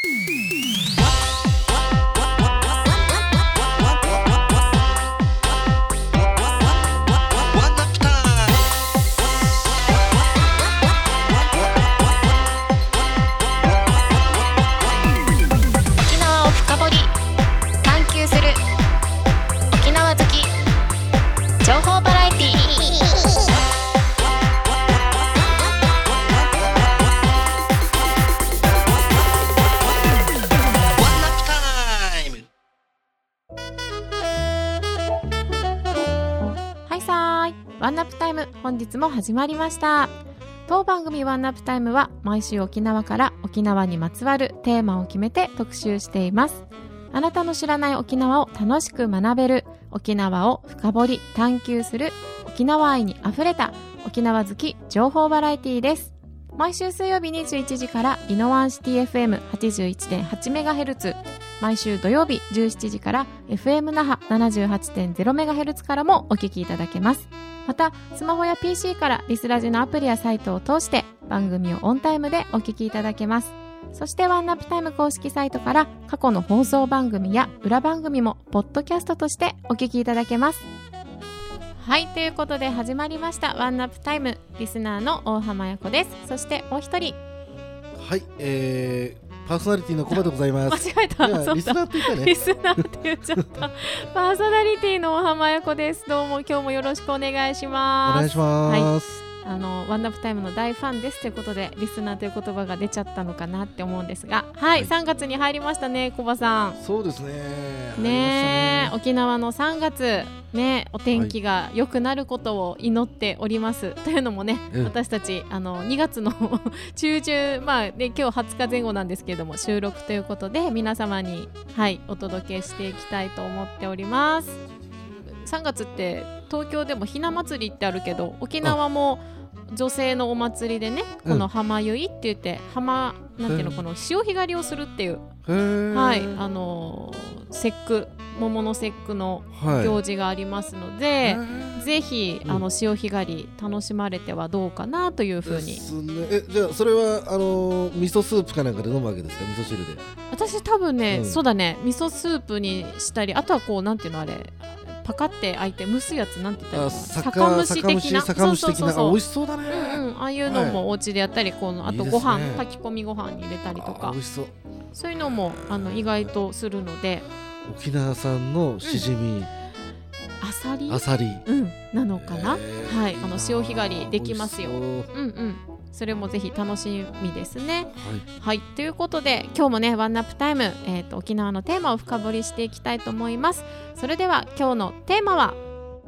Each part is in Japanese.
ワンナップタイム、本日も始まりました。当番組ワンナップタイムは毎週沖縄から沖縄にまつわるテーマを決めて特集しています。あなたの知らない沖縄を楽しく学べる、沖縄を深掘り探求する、沖縄愛にあふれた沖縄好き情報バラエティです。毎週水曜日21時から宜野湾シティ FM81.8MHz、 毎週土曜日17時から FM 那覇 78.0MHz からもお聞きいただけます。またスマホや PC からリスラジのアプリやサイトを通して番組をオンタイムでお聞きいただけます。そしてワンナップタイム公式サイトから過去の放送番組や裏番組もポッドキャストとしてお聞きいただけます。はい、ということで始まりましたワンナップタイム、リスナーの大浜彩子です。そしてもう一人、 はい、パーソナリティのコバでございます。 間違えた、 リスナーって言ったね。 リスナーって言っちゃったパーソナリティの大浜彩子です。どうも今日もよろしくお願いします。 お願いします。 はい、ワンナップタイムの大ファンですということでリスナーという言葉が出ちゃったのかなって思うんですが、はい、3月に入りましたね、コバさん。 そうですね。 ねえ、沖縄の3月ね、お天気が良くなることを祈っております、はい、というのもね、私たち2月の中旬、まあね、今日20日前後なんですけれども収録ということで皆様に、はい、お届けしていきたいと思っております。3月って東京でもひな祭りってあるけど、沖縄も女性のお祭りでね、この浜結いって言ってなんていうの、この潮干狩りをするっていう、はい、節句、桃の節句の行事がありますので、ぜひ潮干狩り楽しまれてはどうかなというふうに、 じゃあそれは味噌スープかなんかで飲むわけですか？味噌汁で。 私多分ね、そうだね、味噌スープにしたり、あとはこうなんていうの、あれパカって開いて蒸すやつ、なんて言ったらいいの、酒蒸し的な、 そう美味しそうだね、 ああいうのもお家でやったり、あとご飯、炊き込みご飯に入れたりとか、 美味しそう、 そういうのも意外とするので、 沖縄産のしじみ、 あさり、なのかな、はい、潮干狩りできますよ。それもぜひ楽しみですね。はい、ということで今日もねワンナップタイム、沖縄のテーマを深掘りしていきたいと思います。それでは今日のテーマは、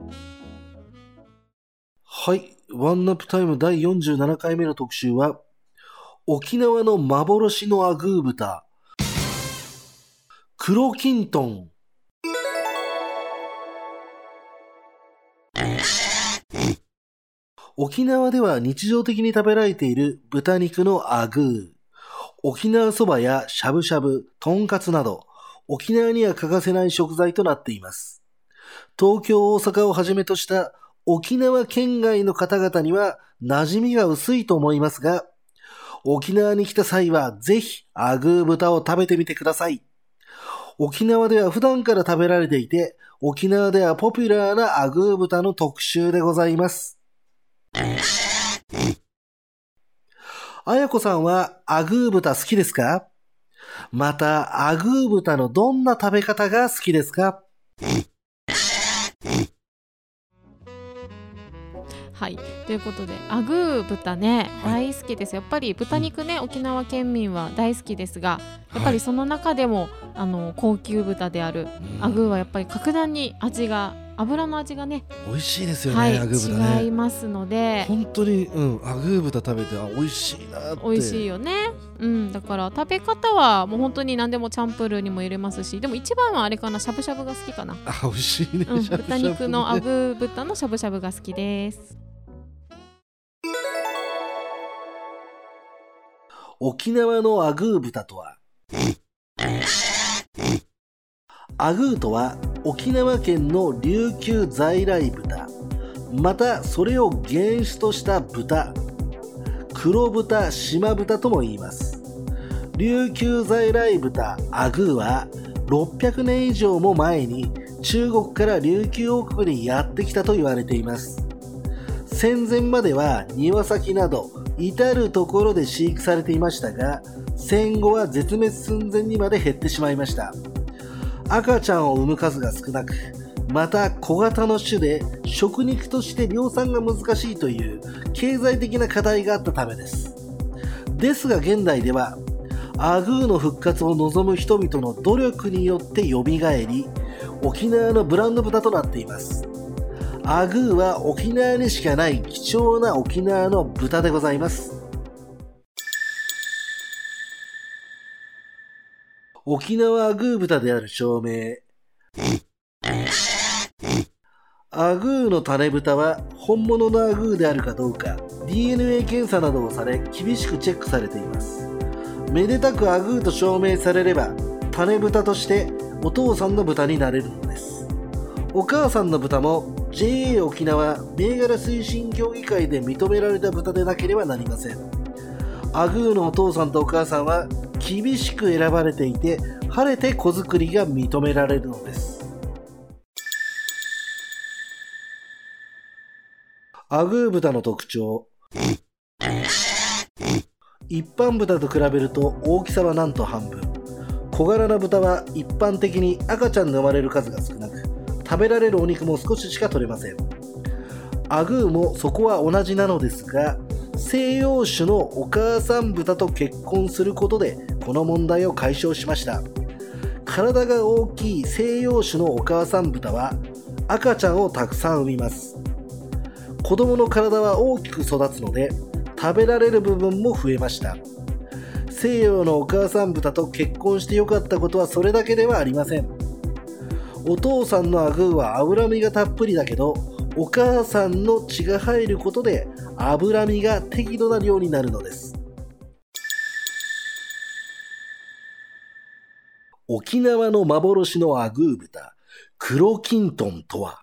はい、ワンナップタイム第47回目の特集は沖縄の幻のアグー豚、黒きんとん。沖縄では日常的に食べられている豚肉のアグー、沖縄そばやしゃぶしゃぶ、とんかつなど沖縄には欠かせない食材となっています。東京、大阪をはじめとした沖縄県外の方々には馴染みが薄いと思いますが、沖縄に来た際はぜひアグー豚を食べてみてください。沖縄では普段から食べられていて、沖縄ではポピュラーなアグー豚の特集でございます。あやこさんはアグー豚好きですか？またアグー豚のどんな食べ方が好きですか？ はい、ということでアグー豚ね、大好きです。やっぱり豚肉ね、沖縄県民は大好きですが、やっぱりその中でも、高級豚であるアグーはやっぱり格段に油の味がね美味しいですよね、アグー豚ね。 違いますので、 本当に、アグー豚食べて美味しいなって。 美味しいよね。だから食べ方はもう本当に何でもチャンプルーにも入れますし、でも一番はあれかな、しゃぶしゃぶが好きかな。 美味しいね、 豚肉のアグー豚のしゃぶしゃぶが好きです。 沖縄のアグー豚とは、アグーとは沖縄県の琉球在来豚、またそれを原種とした豚、黒豚、島豚とも言います。 琉球在来豚アグーは600年以上も前に中国から琉球王国にやってきたと言われています。戦前までは庭先など至るところで飼育されていましたが、戦後は絶滅寸前にまで減ってしまいました。赤ちゃんを産む数が少なく、また小型の種で食肉として量産が難しいという経済的な課題があったためです。ですが現代ではアグーの復活を望む人々の努力によって蘇り、沖縄のブランド豚となっています。アグーは沖縄にしかない貴重な沖縄の豚でございます。沖縄アグー豚である証明。アグーの種豚は本物のアグーであるかどうか DNA 検査などをされ厳しくチェックされています。めでたくアグーと証明されれば種豚としてお父さんの豚になれるのです。お母さんの豚も JA 沖縄銘柄推進協議会で認められた豚でなければなりません。アグーのお父さんとお母さんは厳しく選ばれていて、晴れて子作りが認められるのです。アグー豚の特徴。一般豚と比べると大きさはなんと半分。小柄な豚は一般的に赤ちゃんの生まれる数が少なく、食べられるお肉も少ししか取れません。アグーもそこは同じなのですが、西洋種のお母さん豚と結婚することでこの問題を解消しました。体が大きい西洋種のお母さん豚は赤ちゃんをたくさん産みます。子供の体は大きく育つので食べられる部分も増えました。西洋のお母さん豚と結婚してよかったことはそれだけではありません。お父さんのアグーは脂身がたっぷりだけど、お母さんの血が入ることで脂身が適度な量になるのです。沖縄の幻のアグー豚、黒キントンとは。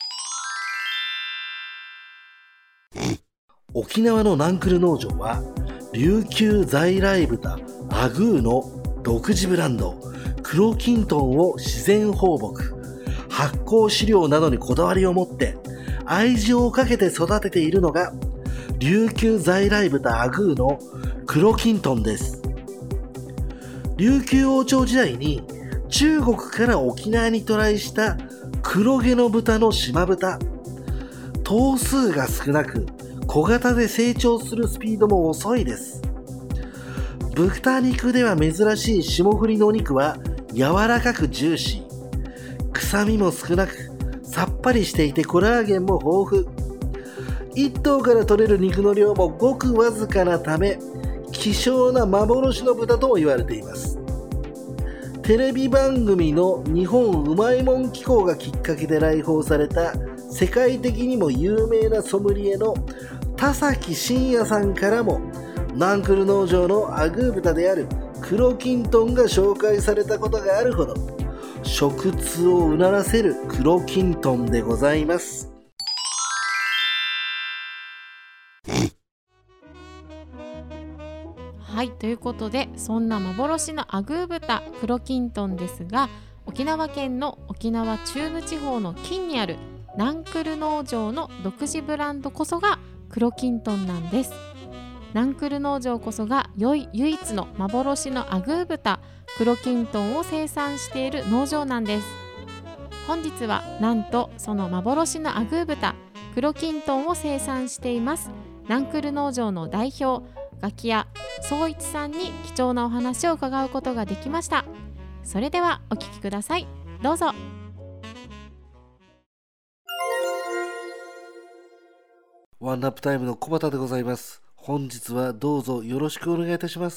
沖縄のナンクル農場は琉球在来豚アグーの独自ブランド黒キントンを自然放牧、発酵飼料などにこだわりを持って愛情をかけて育てているのが琉球在来豚アグーの黒キントンです。琉球王朝時代に中国から沖縄に渡来した黒毛の豚の島豚。頭数が少なく小型で成長するスピードも遅いです。豚肉では珍しい霜降りのお肉は柔らかくジューシー、臭みも少なくさっぱりしていてコラーゲンも豊富。1頭から取れる肉の量もごくわずかなため希少な幻の豚とも言われています。テレビ番組の日本うまいもん機構がきっかけで来訪された世界的にも有名なソムリエの田崎真也さんからもナンクル農場のアグー豚である黒キントンが紹介されたことがあるほど食通をうならせる黒キントンでございます。 はい、ということでそんな幻のアグー豚黒キントンですが、沖縄県の沖縄中部地方の近にあるナンクル農場の独自ブランドこそが黒キントンなんです。ナンクル農場こそが唯一の幻のアグー豚黒キントンを生産している農場なんです。本日はなんとその幻のアグー豚黒キントンを生産していますナンクル農場の代表ガキ屋宗一さんに貴重なお話を伺うことができました。それではお聞きください。どうぞ。 ワンナップタイムの小畑でございます。本日はどうぞよろしくお願いいたします。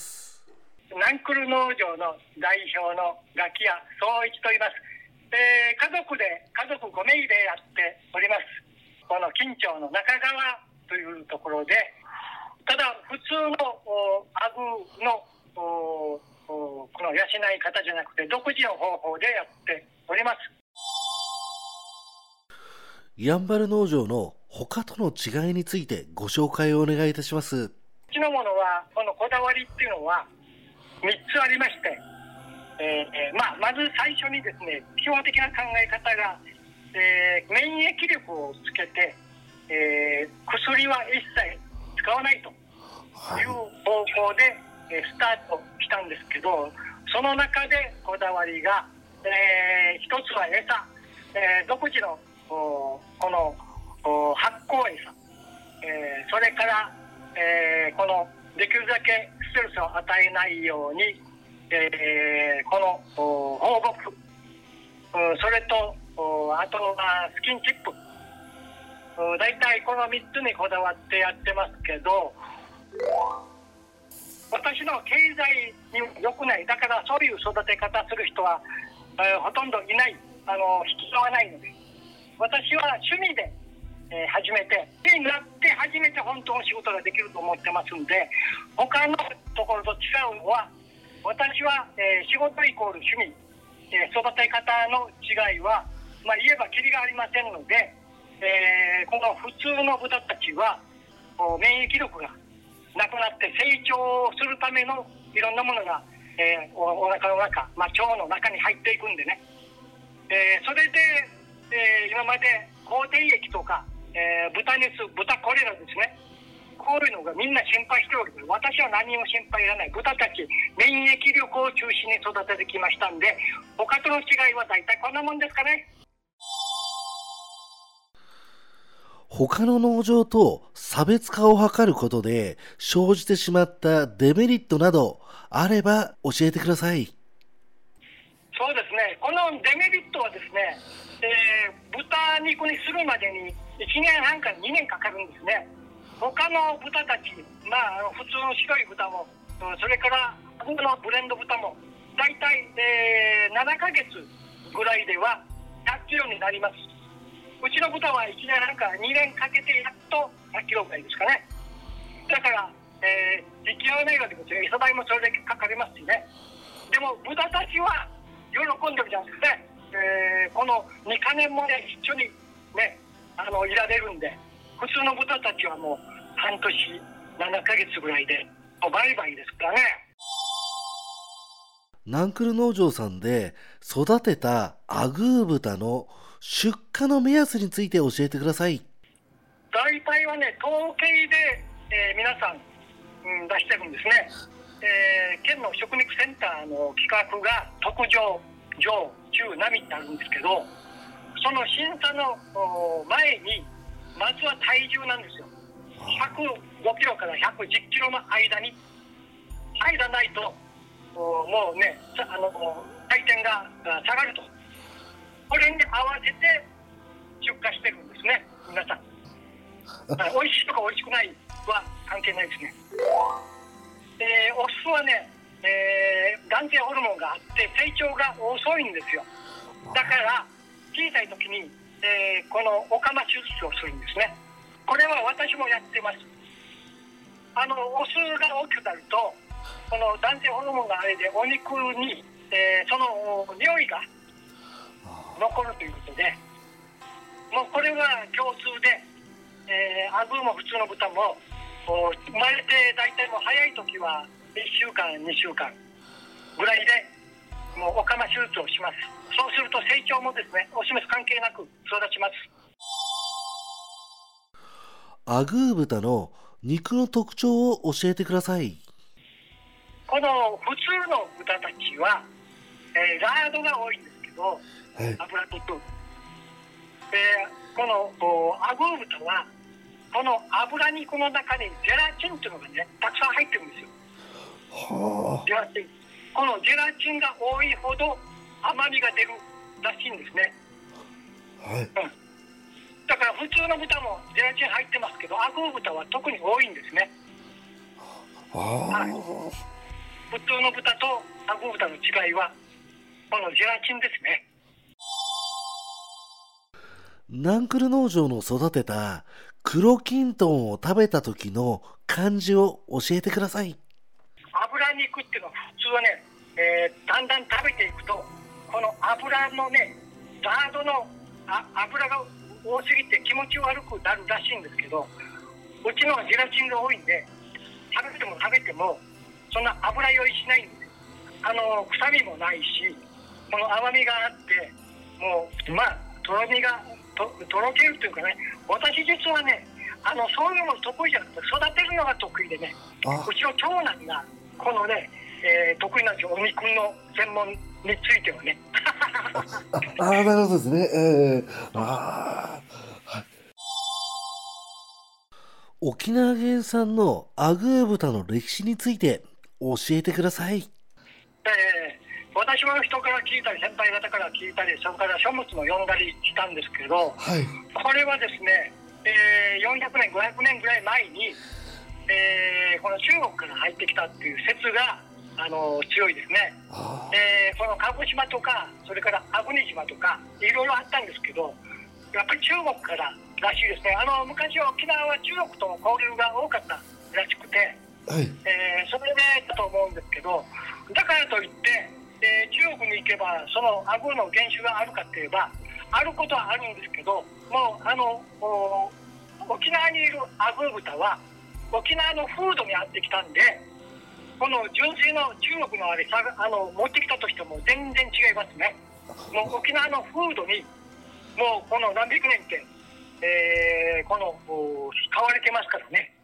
ナンクル農場の代表のガキ屋宗一と言います。家族5名でやっております。この近町の中川というところで、ただ普通のアグのこの養い方じゃなくて独自の方法でやっております。 やんばる農場の他との違いについてご紹介をお願いいたします。 うちのものはこのこだわりっていうのは、 つありまして、まず最初にですね、基本的な考え方が、免疫力をつけて、薬は一切使わないという方向で、スタートしたんですけど、その中でこだわりが、一つは餌、独自のこの発酵餌、それから、このできるだけストレスを与えないように、この放牧、それとあとはスキンチップ、だいたいこの3つにこだわってやってますけど、私の経済に良くない、だからそういう育て方する人は、ほとんどいない、引き合わないので、私は趣味で、始めて、になって初めて本当の仕事ができると思ってますんで、他のところと違うのは、私は、仕事イコール趣味、育て方の違いは、言えばキリがありませんので、この普通の豚たちは免疫力がなくなって成長するためのいろんなものが、お腹の中、腸の中に入っていくんでね、それで、今まで口蹄疫とか、豚熱、豚コレラですね、こういうのがみんな心配してるわけです。私は何も心配いらない。豚たち免疫力を中心に育ててきましたんで、他との違いは大体こんなもんですかね。 他の農場と差別化を図ることで生じてしまったデメリットなどあれば教えてください。 そうですね、このデメリットはですね、豚肉にするまでに1年半から2年かかるんですね。他の豚たち、普通の白い豚も、それからこのブレンド豚もだいたい7ヶ月ぐらいでは100キロになります。うちの豚は1年半から2年かけてやっと100キロぐらいですかね。だから、引き合わないわけですよ。餌代もそれだけかかりますしね。でも豚たちは喜んでるじゃなくて、この2か年もね、一緒にね、いられるんで、普通の豚たちはもう半年7ヶ月ぐらいで売買ですからね。 ナンクル農場さんで育てたアグー豚の出荷の目安について教えてください。 大体はね、統計で、皆さん、出してるんですね。県の食肉センターの規格が特上、上、中、並ってあるんですけど、その審査の前にまずは体重なんですよ。105キロから110キロの間に入らないともうね、回転が下がると。これに合わせて出荷してるんですね、皆さん。美味しいとか美味しくないは関係ないですね。オスはね、男性ホルモンがあって成長が遅いんですよ。だから小さい時に、このオカマ手術をするんですね。これは私もやってます。オスが大きくなると、この男性ホルモンがあれでお肉に、その匂いが残るということで、もうこれは共通で、アグーも普通の豚も生まれて大体もう早い時は1週間2週間ぐらいでもうオカマ手術をします。そうすると成長もですね、オスメス関係なく育ちます。 アグー豚の肉の特徴を教えてください。 この普通の豚たちは、ラードが多いんですけど、 はい、 油とこのアグー豚はこの脂肉の中にゼラチンというのがね、たくさん入ってるんですよ。ゼラチン、このゼラチンが多いほど甘みが出るらしいんですね。 はい、 だから普通の豚もゼラチン入ってますけど、アグー豚は特に多いんですね。はい、普通の豚とアグー豚の違いはこのゼラチンですね。 ナンクル農場の育てた黒きんとんを食べた時の感じを教えてください。 脂肉っていうのは普通はね、だんだん食べていくとこの脂のね、ラードの脂が多すぎて気持ち悪くなるらしいんですけど、うちのはゼラチンが多いんで食べてもそんな脂酔いしないんです。 臭みもないし、この甘みがあって、もうとろみがとろけるというかね、私実はね、そういうの得意じゃなくて育てるのが得意でね、うちの長男がこのね、得意なんですよ、お肉の専門についてはね。 なるほどですね。沖縄原産のアグー豚の歴史について教えてください。 私は人から聞いたり、先輩方から聞いたり、それから書物も読んだりしたんですけど、これはですね、400年500年ぐらい前に、この中国から入ってきたっていう説が強いですね。この鹿児島とか、それから粟国島とかいろいろあったんですけど、やっぱり中国かららしいですね。昔は沖縄は中国との交流が多かったらしくて、それでだと思うんですけど、だからといって、中国に行けばそのアグの原種があるかっていえばあることはあるんですけど、もう沖縄にいるアグー豚は沖縄の風土に合ってきたんで、この純粋の中国のあれ持ってきたとしても全然違いますね。もう沖縄の風土にもうこの何百年って、この使われてますからね。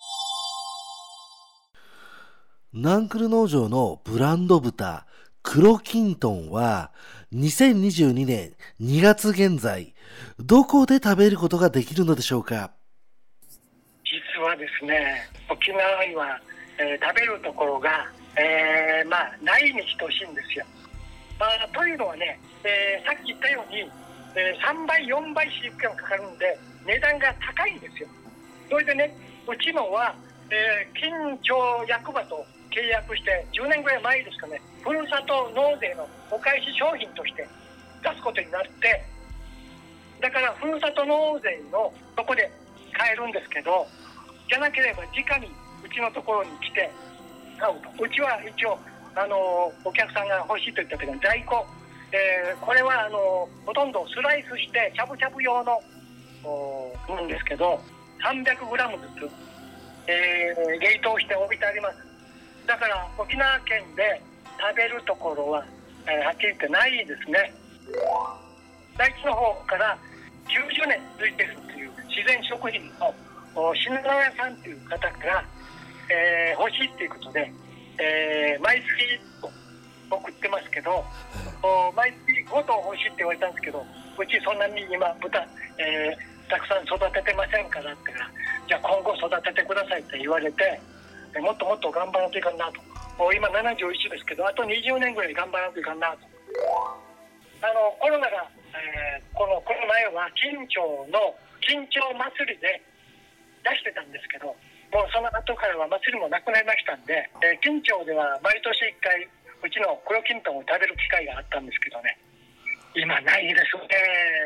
ナンクル農場のブランド豚黒キントンは2022年2月現在どこで食べることができるのでしょうか。 実はですね、沖縄には、食べるところが、ないに等しいんですよ。というのはね、さっき言ったように、3倍4倍飼育費がかかるんで値段が高いんですよ。それでね、うちのは、近町役場と契約して10年ぐらい前ですかね、ふるさと納税のお返し商品として出すことになって、だからふるさと納税のとこで買えるんですけど、じゃなければ直にうちのところに来て買うと。うちは一応お客さんが欲しいと言った時の在庫、これはほとんどスライスしてしゃぶしゃぶ用のなんですけど、300g ずつ、冷凍して置いてあります。だから沖縄県で食べるところは、はっきり言ってないですね。第一の方から90年続いているという自然食品の品川屋さんという方から、欲しいということで、毎月送ってますけど、毎月5頭欲しいって言われたんですけど、うちそんなに今豚、たくさん育ててませんからって、じゃあ今後育ててくださいって言われて、もっともっと頑張らないといかんなと。今71ですけど、あと20年ぐらい頑張らないといかんなと。コロナが、この前は近町の近町祭りで出してたんですけど、もうその後からは祭りもなくなりましたんで、近町では毎年1回うちの黒キントンを食べる機会があったんですけどね、今ないですね。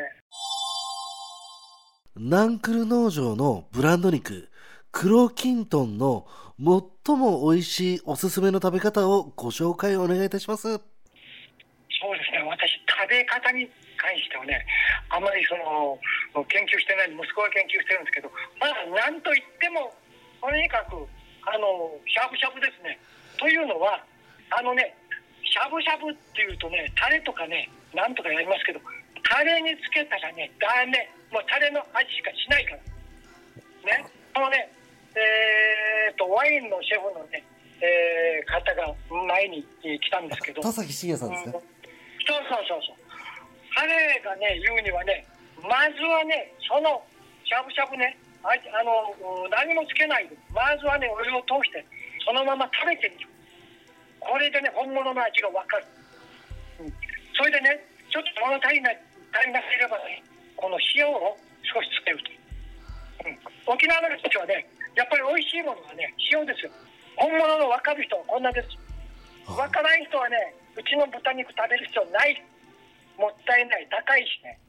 ナンクル農場のブランド肉黒キントンの最も美味しいおすすめの食べ方をご紹介お願いいたします。 そうですね、私食べ方に関してはね、あまり研究してない息子が研究してるんですけど、なんといってもとにかくしゃぶしゃぶですね。というのはしゃぶしゃぶっていうとね、タレとかねなんとかやりますけど、タレにつけたらねダメ、もうタレの味しかしないからね。ワインのシェフのね、方が前に来たんですけど、 田崎真也さんですね。 そう彼がね言うにはね、まずはねそのしゃぶしゃぶね、何もつけないで、まずはねお湯を通してそのまま食べてみる。これでね本物の味が分かる。それでね、ちょっと物足りなければね、この塩を少しつけると。沖縄の人たちはね、やっぱり美味しいものはね塩ですよ。本物の分かる人はこんなです。分からない人はね、うちの豚肉食べる必要ない。もったいない、高いしね。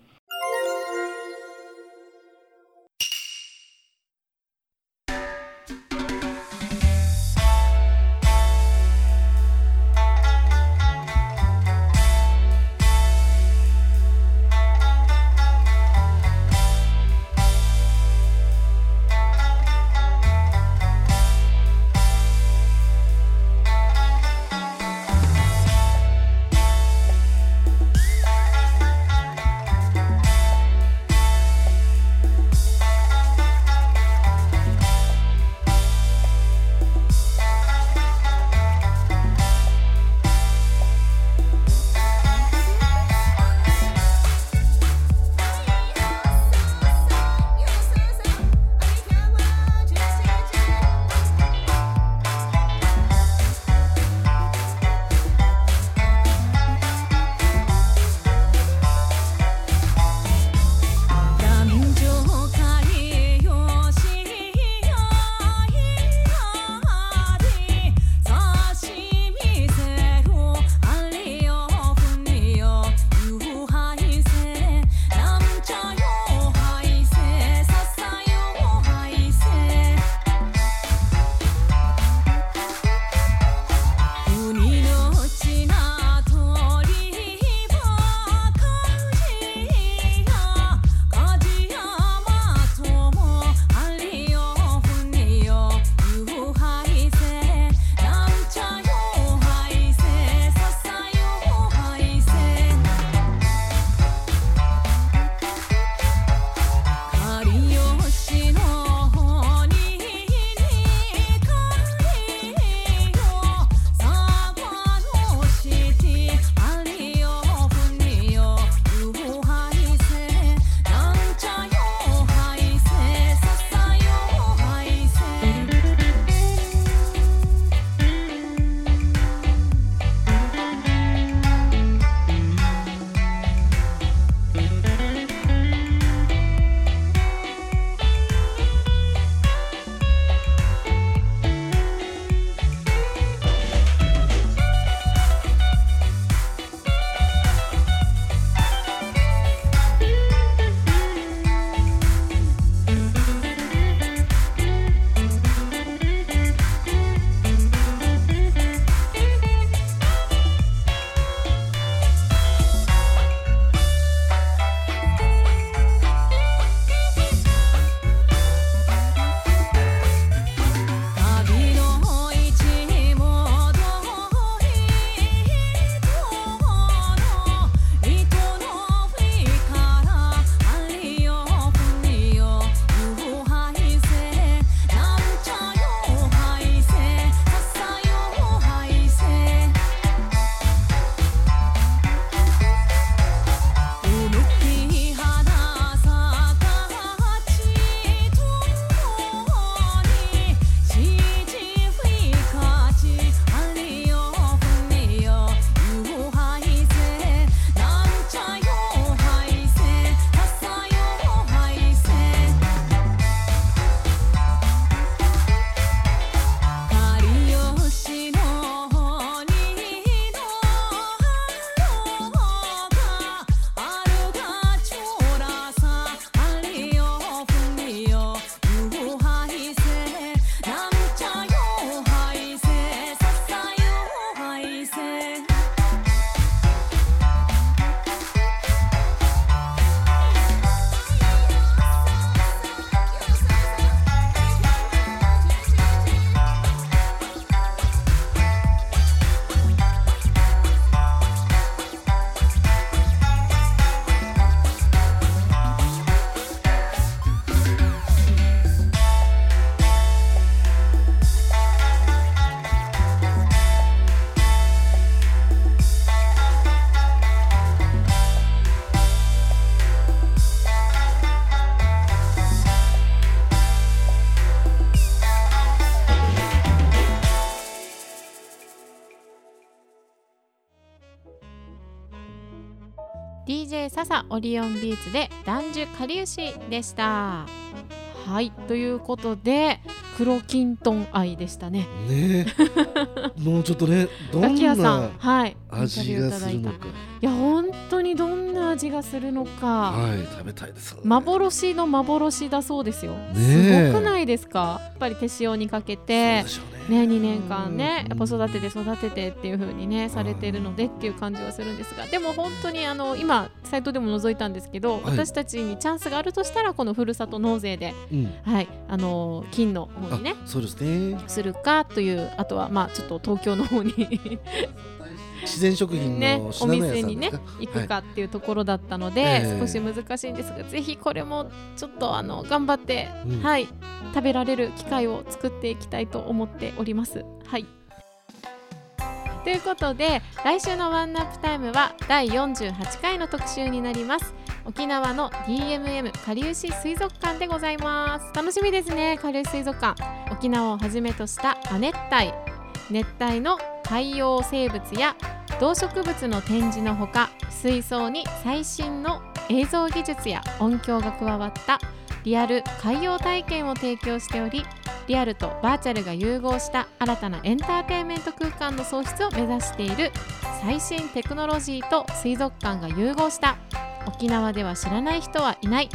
DJ 笹オリオンビーツで男樹かりゆしでした。はい、ということで黒きんとん愛でしたね。 ねもうちょっとね、どガキヤさんん、はい、 味がするのか。 いや本当にどんな味がするのか、 はい、食べたいです、ね。 幻の幻だそうですよ。 ね、 すごくないですか。やっぱり手塩にかけて、 そうでしょうね。 2年間ね、やっぱ育ててっていう風にねされてるのでっていう感じはするんですが、でも本当に今サイトでも覗いたんですけど、はい、私たちにチャンスがあるとしたらこのふるさと納税で、はい、金の方にね、 そうですね、 するかという、あとはちょっと東京の方に自然食品のお店にね行くかっていうところだったので、少し難しいんですが、ぜひこれもちょっと頑張って、はい、食べられる機会を作っていきたいと思っております。はい、ということで来週のワンナップタイムは第48回の特集になります。沖縄の DMM かりゆし水族館でございます。楽しみですね。かりゆし水族館、沖縄をはじめとした亜熱帯、熱帯の海洋生物や動植物の展示のほか、水槽に最新の映像技術や音響が加わったリアル海洋体験を提供しており、リアルとバーチャルが融合した新たなエンターテインメント空間の創出を目指している最新テクノロジーと水族館が融合した沖縄では知らない人はいない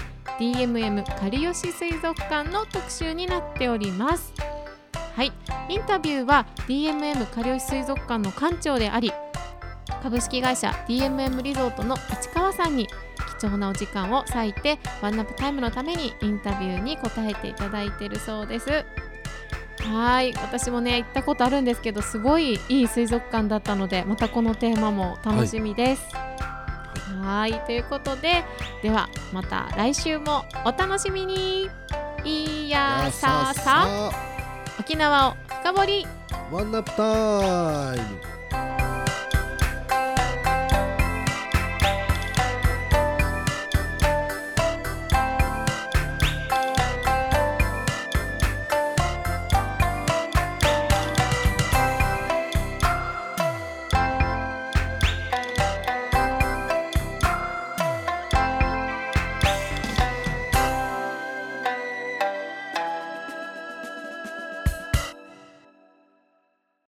DMM かりゆし水族館の特集になっております。はい、インタビューは DMM かりゆし水族館の館長であり、株式会社 DMM リゾートの市川さんに貴重なお時間を割いてワンナップタイムのためにインタビューに答えていただいているそうです。はい、私もね行ったことあるんですけど、すごいいい水族館だったので、またこのテーマも楽しみです。はい、ということで、ではまた来週もお楽しみに。いやささ沖縄を深掘りワンナップタイム。